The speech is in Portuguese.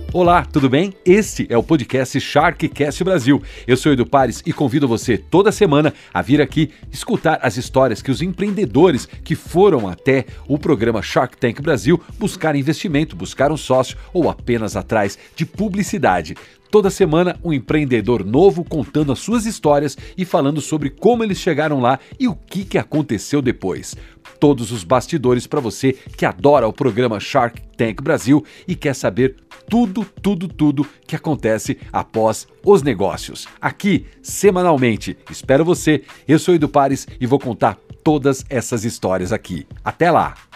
Olá, tudo bem? Este é o podcast SharkCast Brasil. Eu sou Edu Pares e convido você toda semana a vir aqui escutar as histórias que os empreendedores que foram até o programa Shark Tank Brasil buscar investimento, buscar um sócio ou apenas atrás de publicidade. Toda semana, um empreendedor novo contando as suas histórias e falando sobre como eles chegaram lá e o que aconteceu depois. Todos os bastidores para você que adora o programa Shark Tank Brasil e quer saber tudo que acontece após os negócios. Aqui, semanalmente. Espero você. Eu sou Edu Pares e vou contar todas essas histórias aqui. Até lá!